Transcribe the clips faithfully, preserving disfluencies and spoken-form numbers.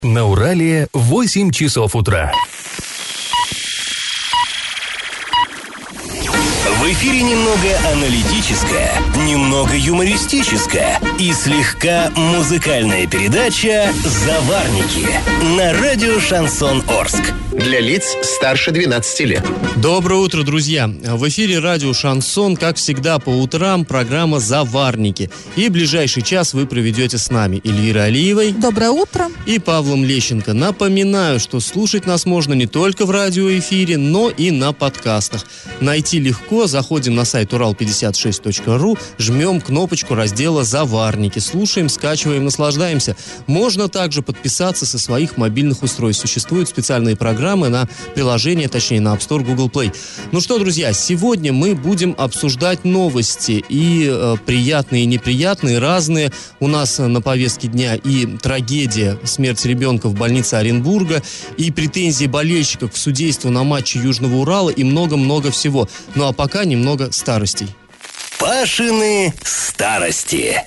На Урале восемь часов утра. В эфире немного аналитическая, немного юмористическая и слегка музыкальная передача «Заварники» на радио «Шансон Орск». Для лиц старше двенадцати лет. Доброе утро, друзья! В эфире радио «Шансон», как всегда, по утрам программа «Заварники». И ближайший час вы проведете с нами Эльвирой Алиевой. Доброе утро. И Павлом Лещенко. Напоминаю, что слушать нас можно не только в радиоэфире, но и на подкастах. Найти легко. Заходим на сайт урал пятьдесят шесть точка ру, жмем кнопочку раздела «Заварники». Слушаем, скачиваем, наслаждаемся. Можно также подписаться со своих мобильных устройств. Существуют специальные программы на приложение, точнее на App Store, Google Play. Ну что, друзья, сегодня мы будем обсуждать новости. И э, приятные, и неприятные, разные. У нас на повестке дня и трагедия, смерть ребенка в больнице Оренбурга, и претензии болельщиков к судейству на матче Южного Урала, и много-много всего. Ну а пока немного старостей. Пашины старости.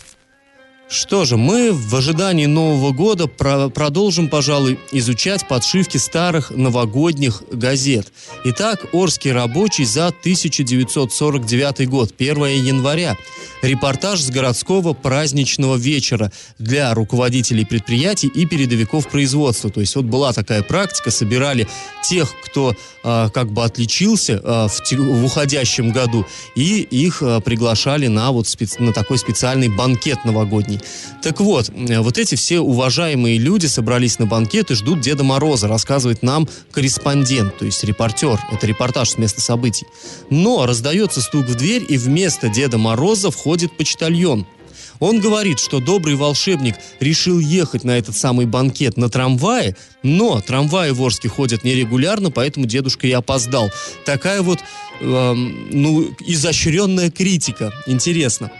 Что же, мы в ожидании Нового года про- продолжим, пожалуй, изучать подшивки старых новогодних газет. Итак, «Орский рабочий» за тысяча девятьсот сорок девятый год, первое января. Репортаж с городского праздничного вечера для руководителей предприятий и передовиков производства. То есть вот была такая практика, собирали тех, кто э, как бы отличился э, в, те, в уходящем году, и их э, приглашали на, вот специ, на такой специальный банкет новогодний. Так вот, вот эти все уважаемые люди собрались на банкет и ждут Деда Мороза, рассказывает нам корреспондент, то есть репортер. Это репортаж с места событий. Но раздается стук в дверь, и вместо Деда Мороза входит почтальон. Он говорит, что добрый волшебник решил ехать на этот самый банкет на трамвае, но трамваи в Орске ходят нерегулярно, поэтому дедушка и опоздал. Такая вот, э, ну, изощренная критика. Интересно.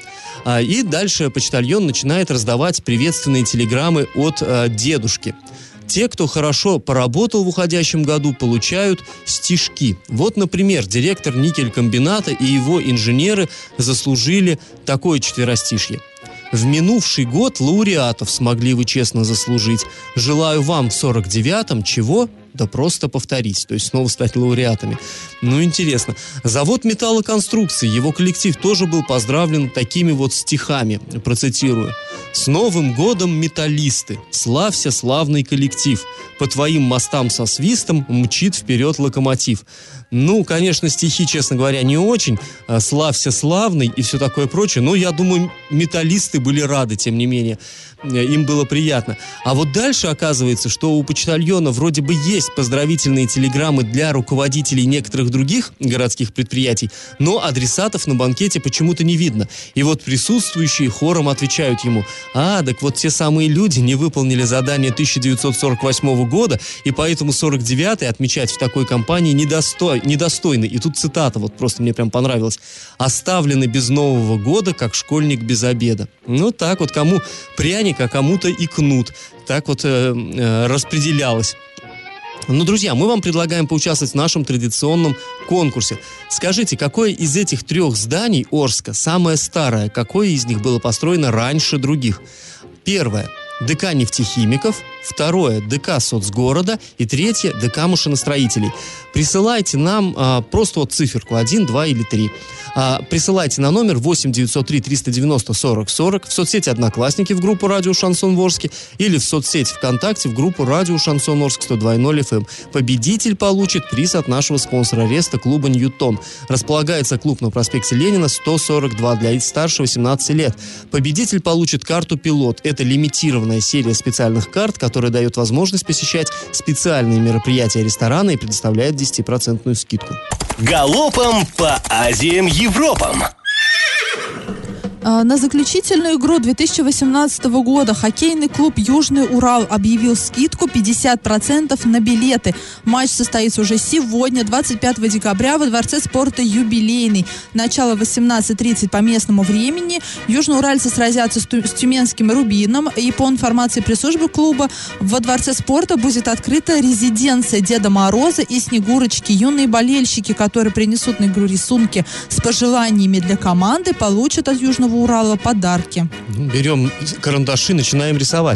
И дальше почтальон начинает раздавать приветственные телеграммы от э, дедушки. Те, кто хорошо поработал в уходящем году, получают стишки. Вот, например, директор никелькомбината и его инженеры заслужили такое четверостишье. В минувший год лауреатов смогли вы честно заслужить. Желаю вам в сорок девятом чего? Да просто повторить, то есть снова стать лауреатами. Ну, интересно. Завод металлоконструкций, его коллектив тоже был поздравлен такими вот стихами, процитирую. «С Новым годом, металлисты! Славься, славный коллектив! По твоим мостам со свистом мчит вперед локомотив». Ну, конечно, стихи, честно говоря, не очень. «Славься, славный» и все такое прочее. Но, я думаю, металлисты были рады, тем не менее. Им было приятно. А вот дальше оказывается, что у почтальона вроде бы есть поздравительные телеграммы для руководителей некоторых других городских предприятий, но адресатов на банкете почему-то не видно. И вот присутствующие хором отвечают ему: «А, так вот те самые люди не выполнили задание тысяча девятьсот сорок восьмого года, и поэтому сорок девятый отмечать в такой компании недостой, недостойно». И тут цитата, вот просто мне прям понравилась. «Оставлены без Нового года, как школьник без обеда». Ну так вот, кому пряник, а кому-то и кнут. Так вот э, э, распределялось. Ну, друзья, мы вам предлагаем поучаствовать в нашем традиционном конкурсе. Скажите, какое из этих трех зданий Орска самое старое? Какое из них было построено раньше других? Первое – ДК нефтехимиков. Второе – ДК соцгорода. И третье – ДК машиностроителей. Присылайте нам а, просто вот циферку один, два или три. А, присылайте на номер восемь девятьсот три триста девяносто сорок сорок в соцсети «Одноклассники» в группу «Радио Шансон в Орске» или в соцсети ВКонтакте в группу «Радио Шансон Орск» сто два ноль эф эм. Победитель получит приз от нашего спонсора Реста клуба «Ньютон». Располагается клуб на проспекте Ленина, сто сорок два, для лиц старше восемнадцати лет. Победитель получит карту «Пилот». Это лимитированная серия специальных карт, которая дает возможность посещать специальные мероприятия ресторана и предоставляет десятипроцентную скидку. Галопом по Азиям, Европам. На заключительную игру две тысячи восемнадцатого года хоккейный клуб «Южный Урал» объявил скидку пятьдесят процентов на билеты. Матч состоится уже сегодня, двадцать пятого декабря, во Дворце спорта «Юбилейный». Начало восемнадцать тридцать по местному времени. Южноуральцы сразятся с, ту- с тюменским «Рубином». И по информации пресс-службы клуба, во Дворце спорта будет открыта резиденция Деда Мороза и Снегурочки. Юные болельщики, которые принесут на игру рисунки с пожеланиями для команды, получат от Южного Урала подарки. Берем карандаши, начинаем рисовать.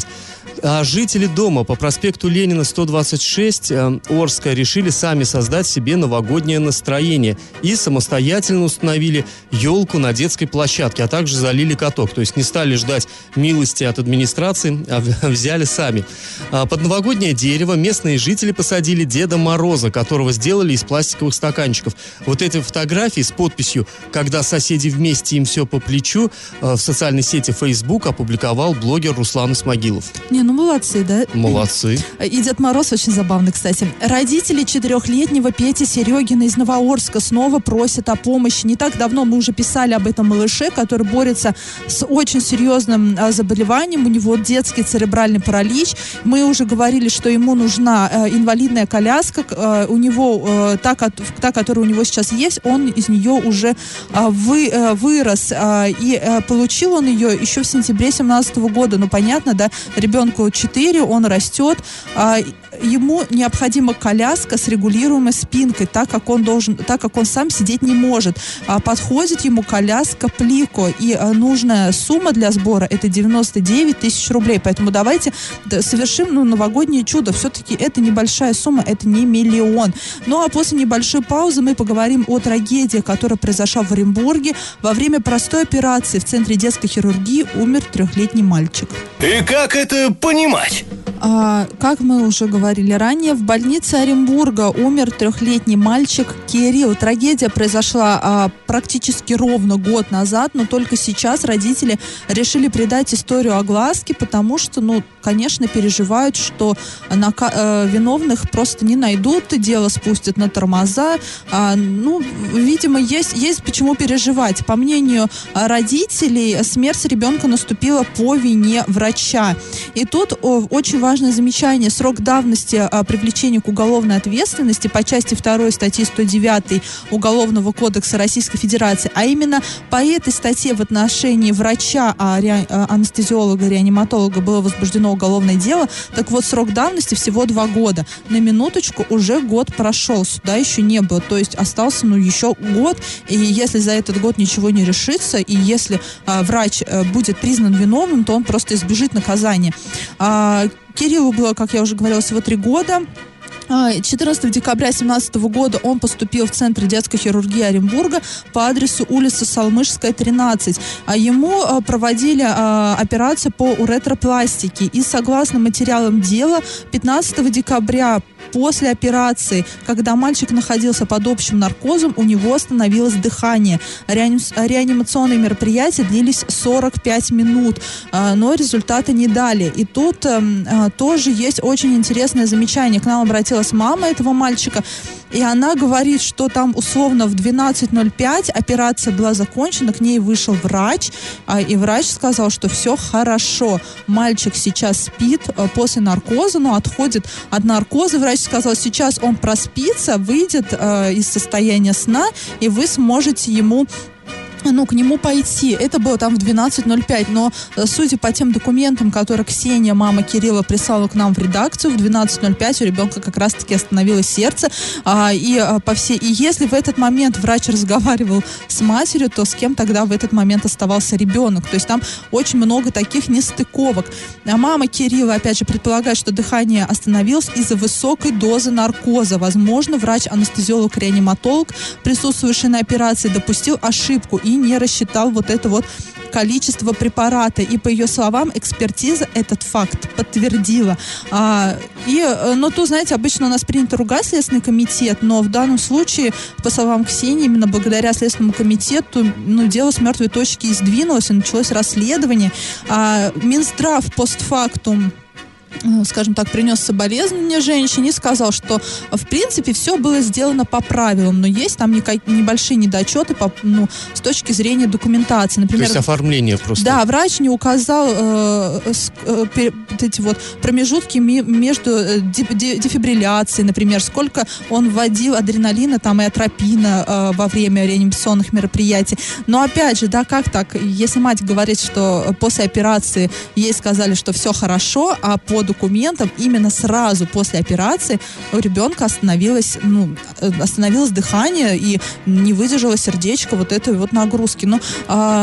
А жители дома по проспекту Ленина сто двадцать шесть э, Орска решили сами создать себе новогоднее настроение и самостоятельно установили елку на детской площадке, а также залили каток. То есть не стали ждать милости от администрации, а взяли сами. А под новогоднее дерево местные жители посадили Деда Мороза, которого сделали из пластиковых стаканчиков. Вот эти фотографии с подписью «Когда соседи вместе, им все по плечу» в социальной сети Facebook опубликовал блогер Руслан Исмагилов. Не, ну молодцы, да? Молодцы. И Дед Мороз очень забавный, кстати. Родители четырехлетнего Пети Серегина из Новоорска снова просят о помощи. Не так давно мы уже писали об этом малыше, который борется с очень серьезным а, заболеванием. У него детский церебральный паралич. Мы уже говорили, что ему нужна а, инвалидная коляска. А, у него а, та, та, которая у него сейчас есть, он из нее уже а, вы, а, вырос. А, и а, получил он ее еще в сентябре две тысячи семнадцатого года. Ну, понятно, да, ребенку четыре, он растет. А, ему необходима коляска с регулируемой спинкой, так как он должен, так как он сам сидеть не может. А, подходит ему коляска Плико, и а, нужная сумма для сбора это девяносто девять тысяч рублей. Поэтому давайте совершим ну, новогоднее чудо. Все-таки это небольшая сумма, это не миллион. Ну а после небольшой паузы мы поговорим о трагедии, которая произошла в Оренбурге. Во время простой операции в Центре детской хирургии умер трехлетний мальчик. И как это понимать? А, как мы уже говорили ранее, в больнице Оренбурга умер трехлетний мальчик Кирилл. Трагедия произошла а, практически ровно год назад, но только сейчас родители решили придать историю огласке, потому что, ну, конечно, переживают, что на, а, виновных просто не найдут, и дело спустят на тормоза. А, ну, видимо, есть, есть почему переживать. По мнению родителей, смерть ребенка наступила по вине врача. И тут о, очень важно важное замечание. Срок давности а, привлечения к уголовной ответственности по части второй статьи сто девять Уголовного кодекса Российской Федерации, а именно по этой статье в отношении врача, а, ре, а, анестезиолога, реаниматолога было возбуждено уголовное дело. Так вот, срок давности всего два года. На минуточку уже год прошел, суда еще не было. То есть остался, ну, еще год. И если за этот год ничего не решится, и если а, врач а, будет признан виновным, то он просто избежит наказания. А, Кириллу было, как я уже говорила, всего три года. четырнадцатого декабря две тысячи семнадцатого года он поступил в Центр детской хирургии Оренбурга по адресу улица Салмышская, тринадцать. А ему проводили операцию по уретропластике. И согласно материалам дела, пятнадцатого декабря после операции, когда мальчик находился под общим наркозом, у него остановилось дыхание. Реанимационные мероприятия длились сорок пять минут, но результата не дали. И тут тоже есть очень интересное замечание. К нам обратилась мама этого мальчика, и она говорит, что там условно в двенадцать ноль пять операция была закончена, к ней вышел врач, и врач сказал, что все хорошо. Мальчик сейчас спит после наркоза, но отходит от наркоза. Врач сказал, сейчас он проспится, выйдет э, из состояния сна, и вы сможете ему ну, к нему пойти. Это было там в двенадцать ноль пять, но судя по тем документам, которые Ксения, мама Кирилла, прислала к нам в редакцию, в двенадцать ноль пять у ребенка как раз-таки остановилось сердце. А, и, а, по всей... и если в этот момент врач разговаривал с матерью, то с кем тогда в этот момент оставался ребенок? То есть там очень много таких нестыковок. А мама Кирилла, опять же, предполагает, что дыхание остановилось из-за высокой дозы наркоза. Возможно, врач-анестезиолог-реаниматолог, присутствующий на операции, допустил ошибку и не рассчитал вот это вот количество препарата. И по ее словам, экспертиза этот факт подтвердила. А, и, ну, то, знаете, обычно у нас принято ругать Следственный комитет, но в данном случае, по словам Ксении, именно благодаря Следственному комитету, ну, дело с мертвой точки и сдвинулось, и началось расследование. А, Минздрав постфактум, скажем так, принес соболезнования женщине и сказал, что в принципе все было сделано по правилам, но есть там небольшие недочеты по, ну, с точки зрения документации. Например, то есть оформление просто. Да, врач не указал э, э, вот эти вот промежутки ми, между э, дефибрилляцией, например, сколько он вводил адреналина там, и атропина э, во время реанимационных мероприятий. Но опять же, да, как так? Если мать говорит, что после операции ей сказали, что все хорошо, а по документам именно сразу после операции у ребенка остановилось, ну, остановилось дыхание и не выдержало сердечко вот этой вот нагрузки. Ну, а,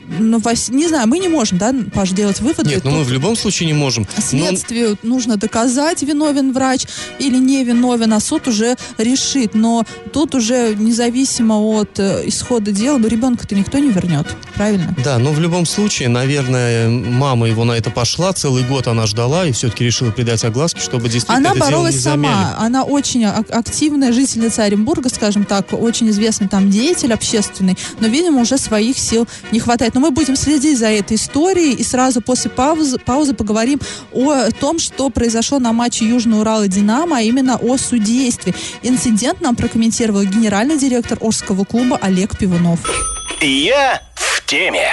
ну, вось- не знаю, мы не можем, да, Паш, делать выводы. Нет, ну мы в любом случае не можем. Но- Следствию нужно доказать, виновен врач или не виновен, а суд уже решит. Но тут уже независимо от э, исхода дела, ну, ребенка-то никто не вернет, правильно? Да, но в любом случае, наверное, мама его на это пошла, целый год она ждала и все-таки решила придать огласке, чтобы действительно Она это дело боролась не замяли. сама. Она очень ак- активная жительница Оренбурга, скажем так, очень известный там деятель общественный, но, видимо, уже своих сил не хватает. Но мы будем следить за этой историей и сразу после паузы, паузы поговорим о том, что произошло на матче Южный Урал и Динамо, а именно о судействе. Инцидент нам прокомментировал генеральный директор Орского клуба Олег Пивунов. Я в теме.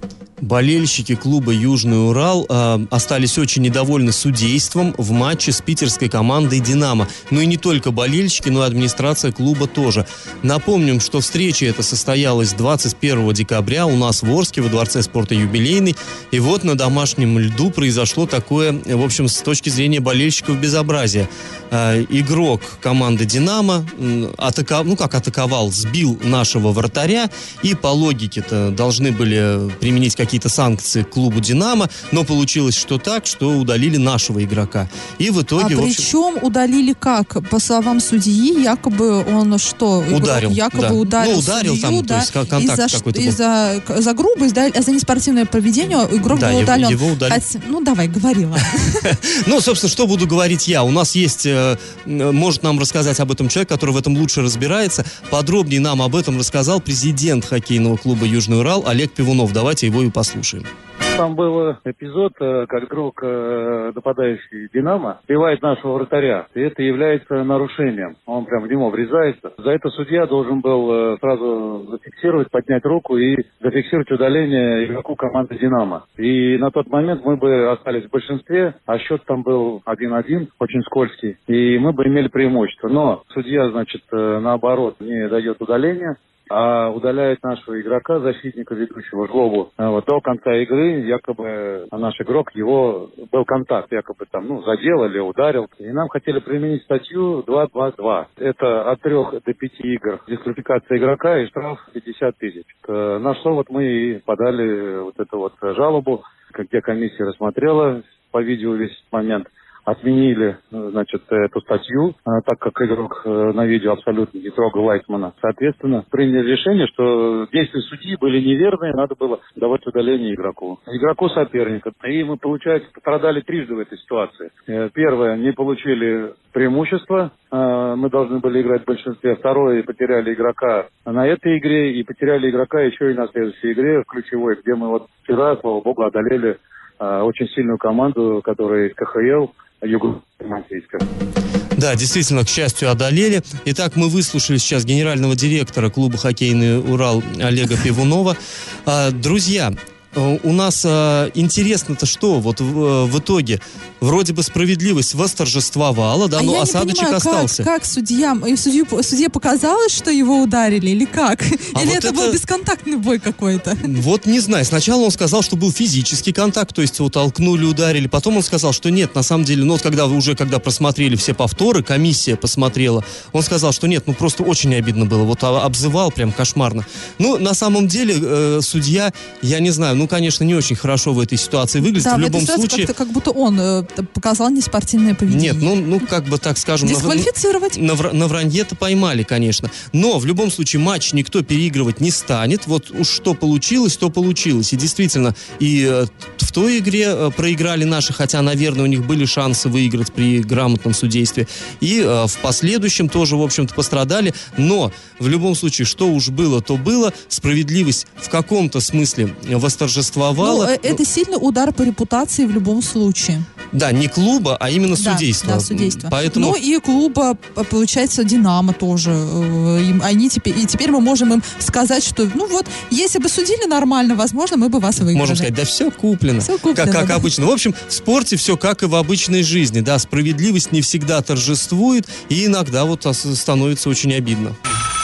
Болельщики клуба «Южный Урал» э, остались очень недовольны судейством в матче с питерской командой «Динамо». Ну и не только болельщики, но и администрация клуба тоже. Напомним, что встреча эта состоялась двадцать первого декабря у нас в Орске, во Дворце спорта «Юбилейный». И вот на домашнем льду произошло такое, в общем, с точки зрения болельщиков, безобразие. Э, игрок команды «Динамо» атаковал, ну как атаковал, сбил нашего вратаря, и по логике-то должны были применить какие-то какие-то санкции к клубу «Динамо», но получилось, что так, что удалили нашего игрока. И в итоге... А в общем, причем удалили как? По словам судьи, якобы он что? Игрок ударил. Якобы Да. ударил Ну, ударил судью, там, да, то есть контакт из-за, какой-то был. из-за, за грубость, да, за неспортивное поведение игрок Да, был его- удален. его удалили. Хотя- ну, давай, говори, ладно. Ну, собственно, что буду говорить я? У нас есть, э, э, может нам рассказать об этом человек, который в этом лучше разбирается. Подробнее нам об этом рассказал президент хоккейного клуба «Южный Урал» Олег Пивунов. Давайте его и послушаем. Там был эпизод, э, как игрок, э, нападающий «Динамо», сбивает нашего вратаря. И это является нарушением. Он прям в него врезается. За это судья должен был э, сразу зафиксировать, поднять руку и зафиксировать удаление игроку команды «Динамо». И на тот момент мы бы остались в большинстве, а счет там был один-один, очень скользкий. И мы бы имели преимущество. Но судья, значит, э, наоборот, не дает удаления, а удаляет нашего игрока, защитника ведущего, Жлобу. А Вот, до конца игры якобы наш игрок, его был контакт, якобы там, ну, задел или ударил. И нам хотели применить статью два два два. Это от трех до пяти игр. Дисквалификация игрока и штраф пятьдесят тысяч. Э, На что вот мы и подали вот эту вот жалобу, где комиссия рассмотрела по видео весь момент. Отменили, значит, эту статью, так как игрок на видео абсолютно не трогал Лайтмана. Соответственно, приняли решение, что действия судьи были неверные, надо было давать удаление игроку. Игроку соперника. И мы, получается, пострадали трижды в этой ситуации. Первое, не получили преимущество, мы должны были играть в большинстве. Второе, потеряли игрока на этой игре и потеряли игрока еще и на следующей игре, в ключевой, где мы вот вчера, слава богу, одолели очень сильную команду, которая из ка ха эл, Юго-Мансийска. Да, действительно, к счастью, одолели. Итак, мы выслушали сейчас генерального директора клуба «Хоккейный Урал» Олега Пивунова. А, друзья, у нас а, интересно-то что? Вот в, в итоге вроде бы справедливость восторжествовала, да, а но я не осадочек понимаю, остался. Как, как судьям, и судью, судье показалось, что его ударили, или как? А или вот это, это- был бесконтактный бой какой-то? Вот не знаю. Сначала он сказал, что был физический контакт, то есть его толкнули, ударили. Потом он сказал, что нет, на самом деле, ну вот когда вы уже, когда просмотрели все повторы, комиссия посмотрела, он сказал, что нет, ну просто очень обидно было. Вот а- обзывал прям кошмарно. Ну, на самом деле, э, судья, я не знаю, ну, конечно, не очень хорошо в этой ситуации выглядит. Да, в в любом этой ситуации случае... как-то как будто он э, показал неспортивное поведение. Нет, ну, ну, как бы так скажем... на- Дисквалифицировать. На, вра- на вранье-то поймали, конечно. Но в любом случае матч никто переигрывать не станет. Вот уж что получилось, то получилось. И действительно, и э, в той игре э, проиграли наши, хотя, наверное, у них были шансы выиграть при грамотном судействе. И э, в последующем тоже, в общем-то, пострадали. Но в любом случае, что уж было, то было. Справедливость в каком-то смысле восторжествовала. Ну, э, это сильный удар по репутации в любом случае. Да, не клуба, а именно Да, судейства. да, судейство. Поэтому... Ну и клуба, п- получается, «Динамо» тоже. э, им- Они теперь, и теперь мы можем им сказать, что, ну вот, если бы судили нормально, возможно, мы бы вас выиграли. Можем сказать, да все куплено. Всё куплено, как, как да. обычно. В общем, в спорте все как и в обычной жизни. Да, справедливость не всегда торжествует, и иногда вот ос- становится очень обидно.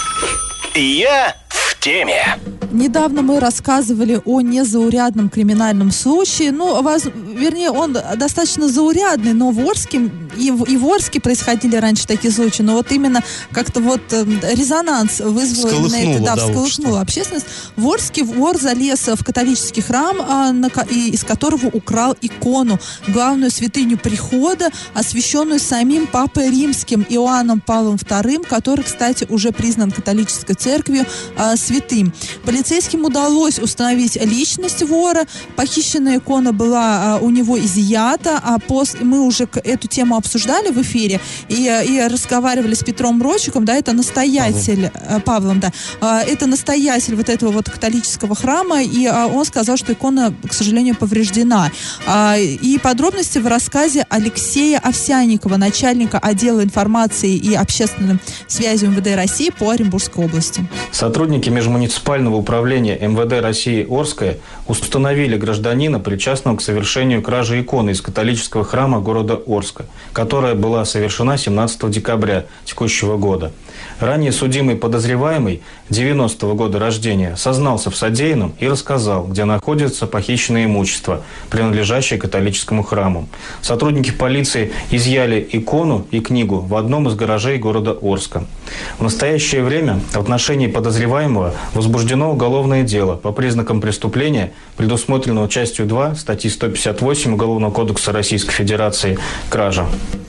Я в теме. Недавно мы рассказывали о незаурядном криминальном случае. Ну, воз- вернее, он достаточно заурядный, но в Орске и, в, и в Орске происходили раньше такие случаи, но вот именно как-то вот э, резонанс вызвал на это, да, да, всколыхнула общественность. В Орске вор залез в католический храм, а, на, и, из которого украл икону, главную святыню прихода, освященную самим Папой Римским Иоанном Павлом вторым, который, кстати, уже признан католической церковью а, святым. Полицейским удалось установить личность вора. Похищенная икона была а, у него изъята, а после, мы уже эту тему обсуждали в эфире и, и разговаривали с Петром Рощиком, да, это настоятель, Павлом, Павлом, да, а, это настоятель вот этого вот католического храма, и а, он сказал, что икона, к сожалению, повреждена. А, и подробности в рассказе Алексея Овсянникова, начальника отдела информации и общественной связи эм вэ дэ России по Оренбургской области. Сотрудники межмуниципального управления эм вэ дэ России Орская установили гражданина, причастного к совершению кражи иконы из католического храма города Орска, которая была совершена семнадцатого декабря текущего года. Ранее судимый подозреваемый девяностого года рождения сознался в содеянном и рассказал, где находится похищенное имущество, принадлежащее католическому храму. Сотрудники полиции изъяли икону и книгу в одном из гаражей города Орска. В настоящее время в отношении подозреваемого возбуждено уголовное дело по признакам преступления, предусмотренного частью два статьи сто пятьдесят восемь Уголовного кодекса Российской Федерации «Кража».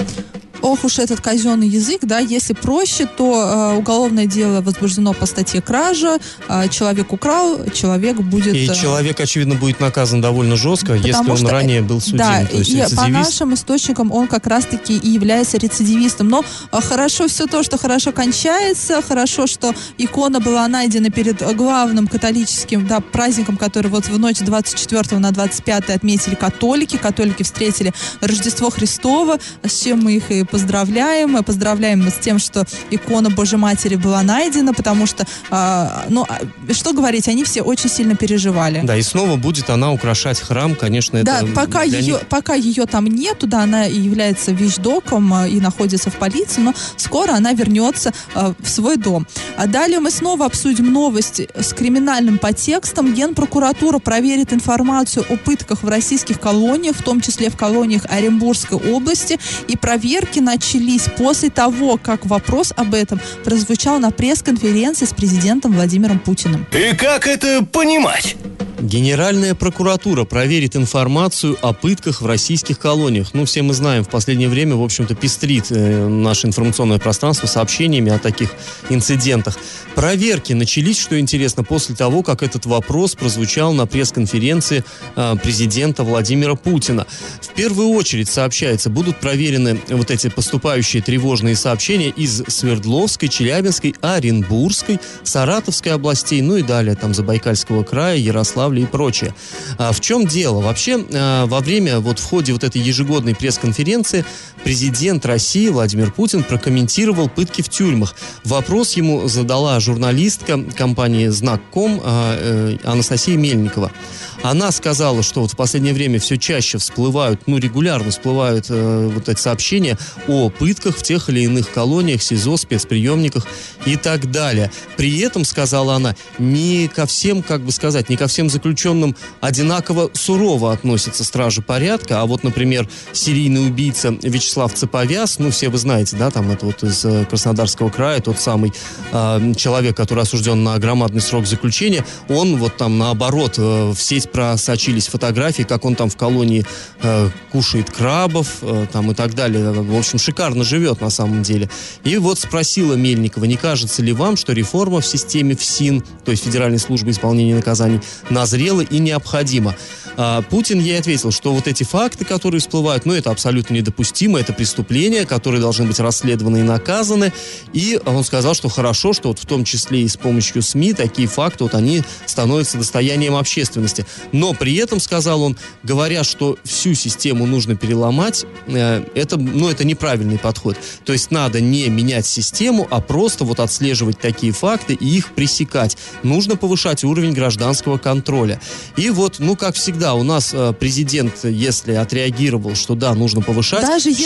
Ох уж этот казенный язык, да, если проще, то э, уголовное дело возбуждено по статье кража, э, человек украл, человек будет... И э, человек, очевидно, будет наказан довольно жестко, если он что, ранее был судим. Да, то есть и рецидивист. По нашим источникам он как раз-таки и является рецидивистом. Но э, хорошо все то, что хорошо кончается, хорошо, что икона была найдена перед главным католическим, да, праздником, который вот в ночь двадцать четвёртого на двадцать пятое отметили католики. Католики встретили Рождество Христово, с чем мы их и поздравляем. Мы поздравляем с тем, что икона Божьей Матери была найдена, потому что, э, ну, что говорить, они все очень сильно переживали. Да, и снова будет она украшать храм, конечно, да, это... Да, пока ее, них... пока ее там нету, да, она является вещдоком э, и находится в полиции, но скоро она вернется э, в свой дом. А далее мы снова обсудим новость с криминальным подтекстом. Генпрокуратура проверит информацию о пытках в российских колониях, в том числе в колониях Оренбургской области, и проверки начались после того, как вопрос об этом прозвучал на пресс-конференции с президентом Владимиром Путиным. И как это понимать? Генеральная прокуратура проверит информацию о пытках в российских колониях. Ну, все мы знаем, в последнее время, в общем-то, пестрит э, наше информационное пространство сообщениями о таких инцидентах. Проверки начались, что интересно, после того, как этот вопрос прозвучал на пресс-конференции э, президента Владимира Путина. В первую очередь, сообщается, будут проверены вот эти поступающие тревожные сообщения из Свердловской, Челябинской, Оренбургской, Саратовской областей, ну и далее, там, Забайкальского края, Ярославля и прочее. А в чем дело? Вообще, а, во время, вот в ходе вот этой ежегодной пресс-конференции президент России Владимир Путин прокомментировал пытки в тюрьмах. Вопрос ему задала журналистка компании «Знак.ком» а, а, Анастасия Мельникова. Она сказала, что вот в последнее время все чаще всплывают, ну, регулярно всплывают э, вот эти сообщения о пытках в тех или иных колониях, СИЗО, спецприемниках и так далее. При этом, сказала она, не ко всем, как бы сказать, не ко всем заключенным одинаково сурово относятся стражи порядка, а вот, например, серийный убийца Вячеслав Цеповяз, ну, все вы знаете, да, там это вот из э, Краснодарского края, тот самый э, человек, который осужден на громадный срок заключения, он вот там наоборот э, в сеть просочились фотографии, как он там в колонии э, кушает крабов, э, там и так далее. В общем, шикарно живет на самом деле. И вот спросила Мельникова, не кажется ли вам, что реформа в системе ФСИН, то есть Федеральной службы исполнения наказаний, назрела и необходима? А Путин ей ответил, что вот эти факты, которые всплывают, ну, это абсолютно недопустимо, это преступления, которые должны быть расследованы и наказаны. И он сказал, что хорошо, что вот в том числе и с помощью СМИ такие факты, вот они становятся достоянием общественности. Но при этом, сказал он, говоря, что всю систему нужно переломать, э, это, ну, это неправильный подход. То есть надо не менять систему, а просто вот отслеживать такие факты и их пресекать. Нужно повышать уровень гражданского контроля. И вот, ну, как всегда, у нас э, президент, если отреагировал, что да, нужно повышать, даже сейчас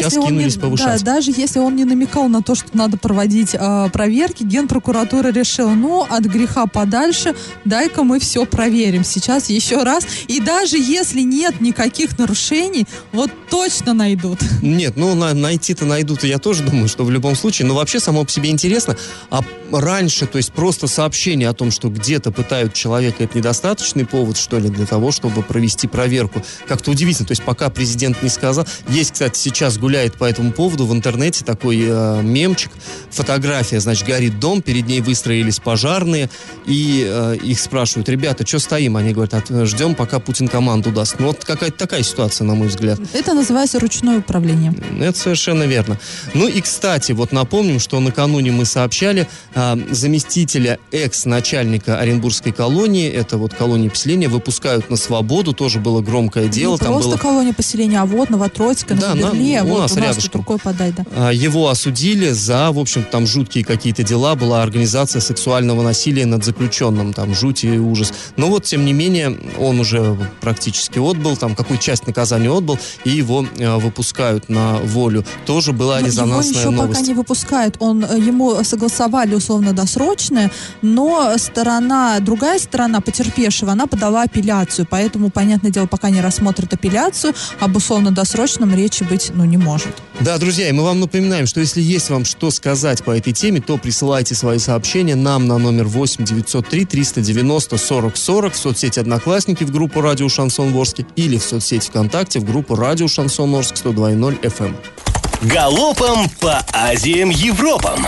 сейчас кинулись не, повышать. Да, даже если он не намекал на то, что надо проводить э, проверки, Генпрокуратура решила, ну, от греха подальше, дай-ка мы все проверим сейчас еще раз. И даже если нет никаких нарушений, вот точно найдут. Нет, ну, на, найти-то найдут, и я тоже думаю, что в любом случае. Но вообще само по себе интересно. А раньше, то есть просто сообщение о том, что где-то пытают человека, это недостаточный повод, что ли, для того, чтобы провести проверку? Как-то удивительно. То есть пока президент не сказал. Есть, кстати, сейчас гуляет по этому поводу в интернете такой э, мемчик. Фотография, значит, горит дом, перед ней выстроились пожарные, и э, их спрашивают: ребята, что стоим? Они говорят: ждем, пока Путин команду даст. Ну, вот какая-то такая ситуация, на мой взгляд. Это называется ручное управление. Это совершенно верно. Ну и, кстати, вот напомним, что накануне мы сообщали э, заместителя экс-начальника Оренбургской колонии, это вот колонии поселения, выпускают на свободу, тоже было громкое дело. Не там просто было... колония поселения, а вот Новотроицкая, да, Новоберле, на, у вот нас у нас рядышком. тут рукой подать, да. Его осудили за, в общем, там жуткие какие-то дела, была организация сексуального насилия над заключенным, там жуть и ужас. Но вот, тем не менее, он уже практически отбыл, там какую-то часть наказания отбыл, и его э, выпускают на волю. Тоже была Но резонансная его еще новость. пока не выпускают. Он, ему согласовали условно-досрочное, но сторона, другая сторона потерпевшего, она подала апелляцию, поэтому, понятное дело, пока не рассмотрят апелляцию, об условно-досрочном речи быть, ну, не может. Да, друзья, и мы вам напоминаем, что если есть вам что сказать по этой теме, то присылайте свои сообщения нам на номер восемь девятьсот три триста девяносто сорок сорок в соцсети «Одноклассники» в группу «Радио Шансон Орск» или в соцсети ВКонтакте в группу «Радио Шансон Орск» сто два и ноль эф эм. Галопом по Азиям Европам.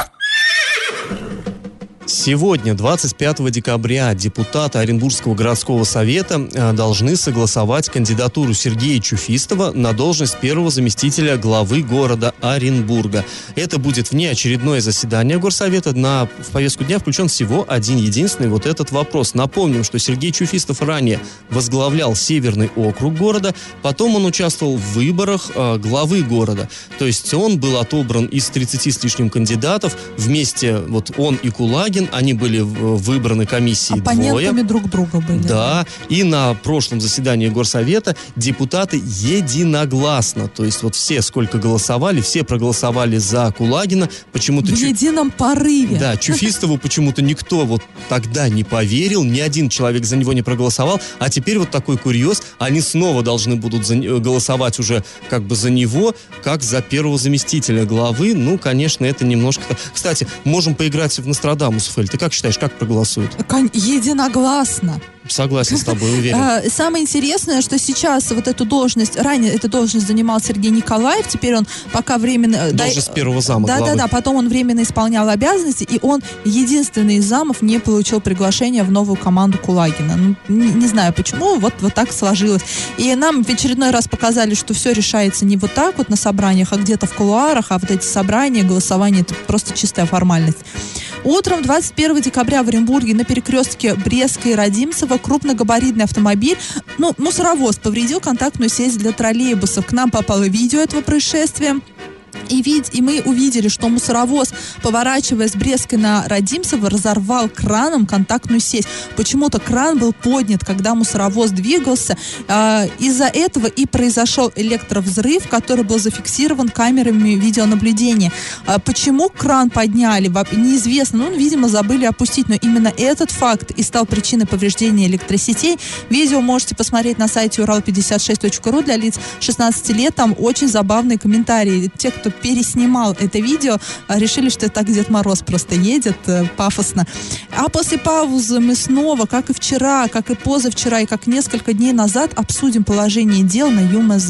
Сегодня, двадцать пятого декабря, депутаты Оренбургского городского совета должны согласовать кандидатуру Сергея Чуфистова на должность первого заместителя главы города Оренбурга. Это будет внеочередное заседание горсовета. На, в повестку дня включен всего один единственный вот этот вопрос. Напомним, что Сергей Чуфистов ранее возглавлял Северный округ города, потом он участвовал в выборах э, главы города. То есть он был отобран из тридцати с лишним кандидатов. Вместе вот он и Кулагин, они были выбраны комиссией двое. Оппонентами друг друга были. Да, и на прошлом заседании горсовета депутаты единогласно, то есть вот все, сколько голосовали, все проголосовали за Кулагина. Почему-то в Чу... едином порыве. Да, Чуфистову почему-то никто вот тогда не поверил, ни один человек за него не проголосовал, а теперь вот такой курьез, они снова должны будут за... голосовать уже как бы за него, как за первого заместителя главы. Ну, конечно, это немножко... Кстати, можем поиграть в Нострадамус. Фель, ты как считаешь, как проголосуют? Единогласно. Согласен с тобой, уверен. Самое интересное, что сейчас вот эту должность, ранее эту должность занимал Сергей Николаев, теперь он пока временно... Должность первого зама Да, главы. да, да, потом он временно исполнял обязанности, и он единственный из замов не получил приглашение в новую команду Кулагина. Ну, не, не знаю почему, вот, вот так сложилось. И нам в очередной раз показали, что все решается не вот так вот на собраниях, а где-то в кулуарах, а вот эти собрания, голосование, это просто чистая формальность. Утром двадцать первого декабря в Оренбурге на перекрестке Брестской и Родимцева крупногабаритный автомобиль, ну, мусоровоз, повредил контактную сеть для троллейбусов. К нам попало видео этого происшествия. И, вид, и мы увидели, что мусоровоз, поворачивая с Брестской на Родимцево, разорвал краном контактную сеть. Почему-то кран был поднят, когда мусоровоз двигался. Э, из-за этого и произошел электровзрыв, который был зафиксирован камерами видеонаблюдения. Э, почему кран подняли, неизвестно. Ну, видимо, забыли опустить. Но именно этот факт и стал причиной повреждения электросетей. Видео можете посмотреть на сайте урал пятьдесят шесть точка ру для лиц шестнадцати лет. Там очень забавные комментарии. Те, кто переснимал это видео, решили, что это так Дед Мороз просто едет пафосно. А после паузы мы снова, как и вчера, как и позавчера, и как несколько дней назад, обсудим положение дел на ЮМЗ.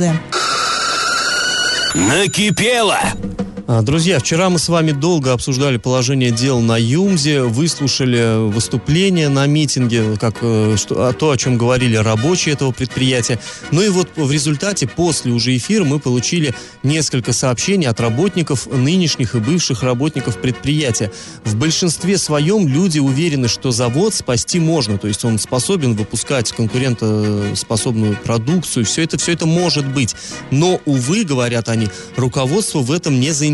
Накипело! Друзья, вчера мы с вами долго обсуждали положение дел на ЮМЗе, выслушали выступления на митинге, как, что, то, о чем говорили рабочие этого предприятия. Ну и вот в результате, после уже эфира, мы получили несколько сообщений от работников, нынешних и бывших работников предприятия. В большинстве своем люди уверены, что завод спасти можно, то есть он способен выпускать конкурентоспособную продукцию, все это, все это может быть. Но, увы, говорят они, руководство в этом не заинтересовано.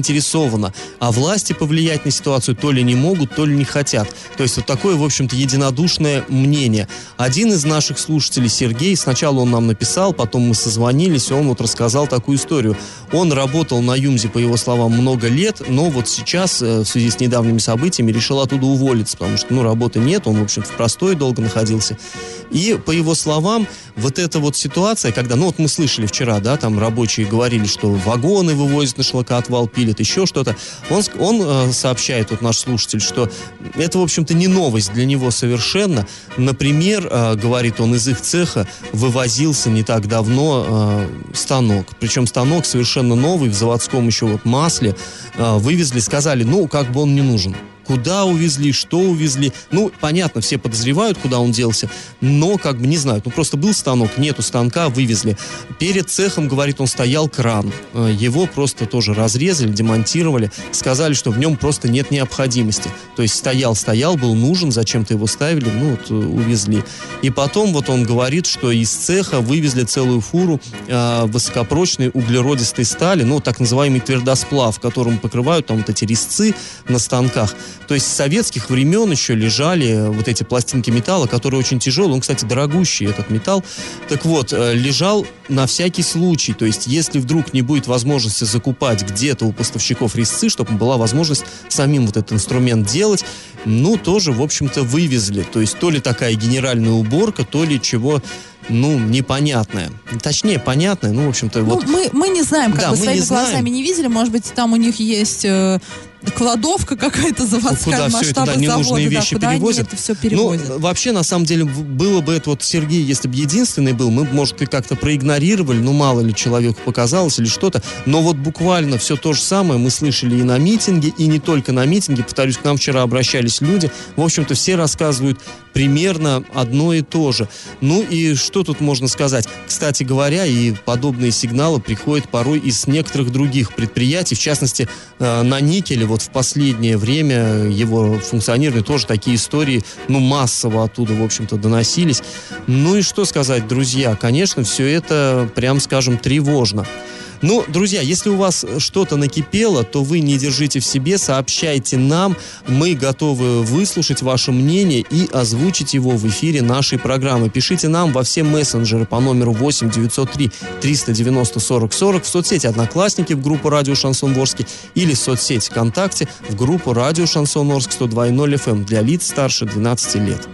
заинтересована, а власти повлиять на ситуацию то ли не могут, то ли не хотят. То есть вот такое, в общем-то, единодушное мнение. Один из наших слушателей, Сергей, сначала он нам написал, потом мы созвонились, и он вот рассказал такую историю. Он работал на ЮМЗе, по его словам, много лет, но вот сейчас, в связи с недавними событиями, решил оттуда уволиться, потому что, ну, работы нет, он, в общем-то, в простое долго находился. И, по его словам, вот эта вот ситуация, когда, ну, вот мы слышали вчера, да, там рабочие говорили, что вагоны вывозят на шелкоотвал, пилят, еще что-то. Он, он э, сообщает, вот наш слушатель, что это, в общем-то, не новость для него совершенно. Например, э, говорит он, из их цеха вывозился не так давно э, станок. Причем станок совершенно новый, в заводском еще вот масле. Э, вывезли, сказали, ну, как бы он не нужен. Куда увезли, что увезли. Ну, понятно, все подозревают, куда он делся, но как бы не знают. Ну, просто был станок, нету станка, вывезли. Перед цехом, говорит, он стоял кран. Его просто тоже разрезали, демонтировали. Сказали, что в нем просто нет необходимости. То есть стоял-стоял, был нужен, зачем-то его ставили, ну, вот увезли. И потом вот он говорит, что из цеха вывезли целую фуру э, высокопрочной углеродистой стали, ну, так называемый твердосплав, которым покрывают там вот эти резцы на станках. То есть с советских времен еще лежали вот эти пластинки металла, которые очень тяжелые. Он, кстати, дорогущий, этот металл. Так вот, лежал на всякий случай. То есть если вдруг не будет возможности закупать где-то у поставщиков резцы, чтобы была возможность самим вот этот инструмент делать, ну, тоже, в общем-то, вывезли. То есть то ли такая генеральная уборка, то ли чего... ну, непонятное. Точнее, понятное, ну, в общем-то, ну, вот... Мы, мы не знаем, как да, бы своими не глазами знаем. не видели, может быть, там у них есть... Э... кладовка какая-то заводская, куда масштаба все это, да, ненужные завода, вещи да, куда перевозят. они это все перевозят. Ну, вообще, на самом деле, было бы это вот Сергей, если бы единственный был, мы, может, и как-то проигнорировали, ну, мало ли человеку показалось или что-то, но вот буквально все то же самое мы слышали и на митинге, и не только на митинге. Повторюсь, к нам вчера обращались люди, в общем-то, все рассказывают примерно одно и то же. Ну, и что тут можно сказать? Кстати говоря, и подобные сигналы приходят порой из некоторых других предприятий, в частности, на никеле, вот в последнее время его функционирования тоже такие истории, ну, массово оттуда, в общем-то, доносились. Ну и что сказать, друзья, конечно, все это, прям скажем, тревожно. Ну, друзья, если у вас что-то накипело, то вы не держите в себе, сообщайте нам. Мы готовы выслушать ваше мнение и озвучить его в эфире нашей программы. Пишите нам во все мессенджеры по номеру восемь девятьсот три триста девяносто сорок сорок, в соцсети «Одноклассники» в группу «Радио Шансон Орске» или в соцсети ВКонтакте в группу «Радио Шансон Орск» сто два и ноль эф эм для лиц старше двенадцати лет.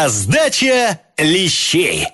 Раздача лещей.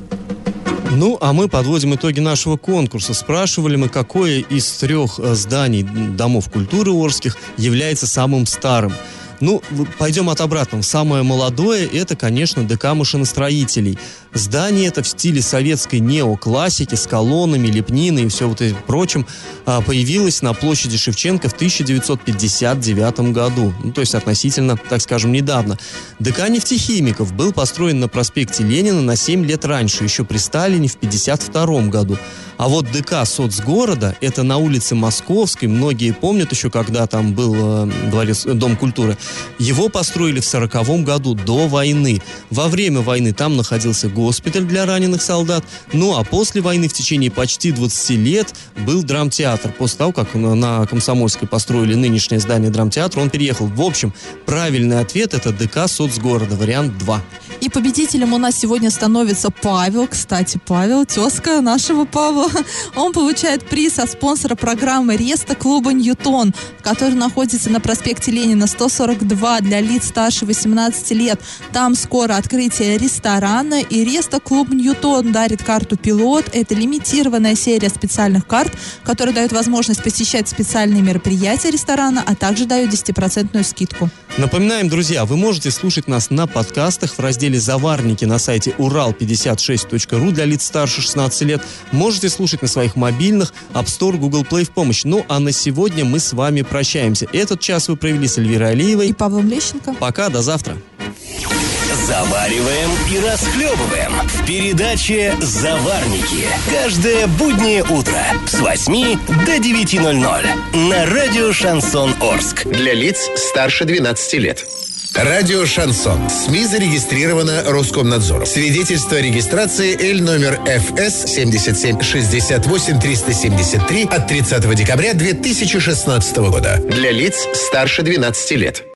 Ну, а мы подводим итоги нашего конкурса. Спрашивали мы, какое из трех зданий Домов культуры Орских является самым старым. Ну, пойдем от обратного. Самое молодое – это, конечно, ДК машиностроителей. Здание это в стиле советской неоклассики с колоннами, лепниной и все вот этим прочим появилось на площади Шевченко в тысяча девятьсот пятьдесят девятом году. Ну, то есть относительно, так скажем, недавно. ДК нефтехимиков был построен на проспекте Ленина на семь лет раньше, еще при Сталине в пятьдесят втором году. А вот ДК соцгорода, это на улице Московской, многие помнят еще, когда там был э, дворец, Дом культуры, его построили в сороковом году, до войны. Во время войны там находился госпиталь для раненых солдат, ну а после войны в течение почти двадцати лет был драмтеатр. После того, как на, на Комсомольской построили нынешнее здание драмтеатра, он переехал. В общем, правильный ответ это ДК соцгорода, вариант два. И победителем у нас сегодня становится Павел. Кстати, Павел, тезка нашего Павла. Он получает приз от спонсора программы Реста клуба «Ньютон», который находится на проспекте Ленина сто сорок два для лиц старше восемнадцати лет. Там скоро открытие ресторана, и Реста клуб «Ньютон» дарит карту «Пилот». Это лимитированная серия специальных карт, которая дает возможность посещать специальные мероприятия ресторана, а также дает десятипроцентную скидку. Напоминаем, друзья, вы можете слушать нас на подкастах в разделе «Заварники» на сайте урал пятьдесят шесть точка ру для лиц старше шестнадцати лет. Можете слушать на своих мобильных, App Store, Google Play в помощь. Ну, а на сегодня мы с вами прощаемся. Этот час вы провели с Эльвирой Алиевой и Павлом Лещенко. Пока, до завтра. Завариваем и расхлебываем в передаче «Заварники». Каждое буднее утро с восьми до девяти ноль ноль на радио «Шансон Орск». Для лиц старше двенадцати лет. Радио «Шансон». СМИ зарегистрировано Роскомнадзором. Свидетельство о регистрации Л номер Ф С семьдесят семь шестьдесят восемь триста семьдесят три от тридцатого декабря две тысячи шестнадцатого года. Для лиц старше двенадцати лет.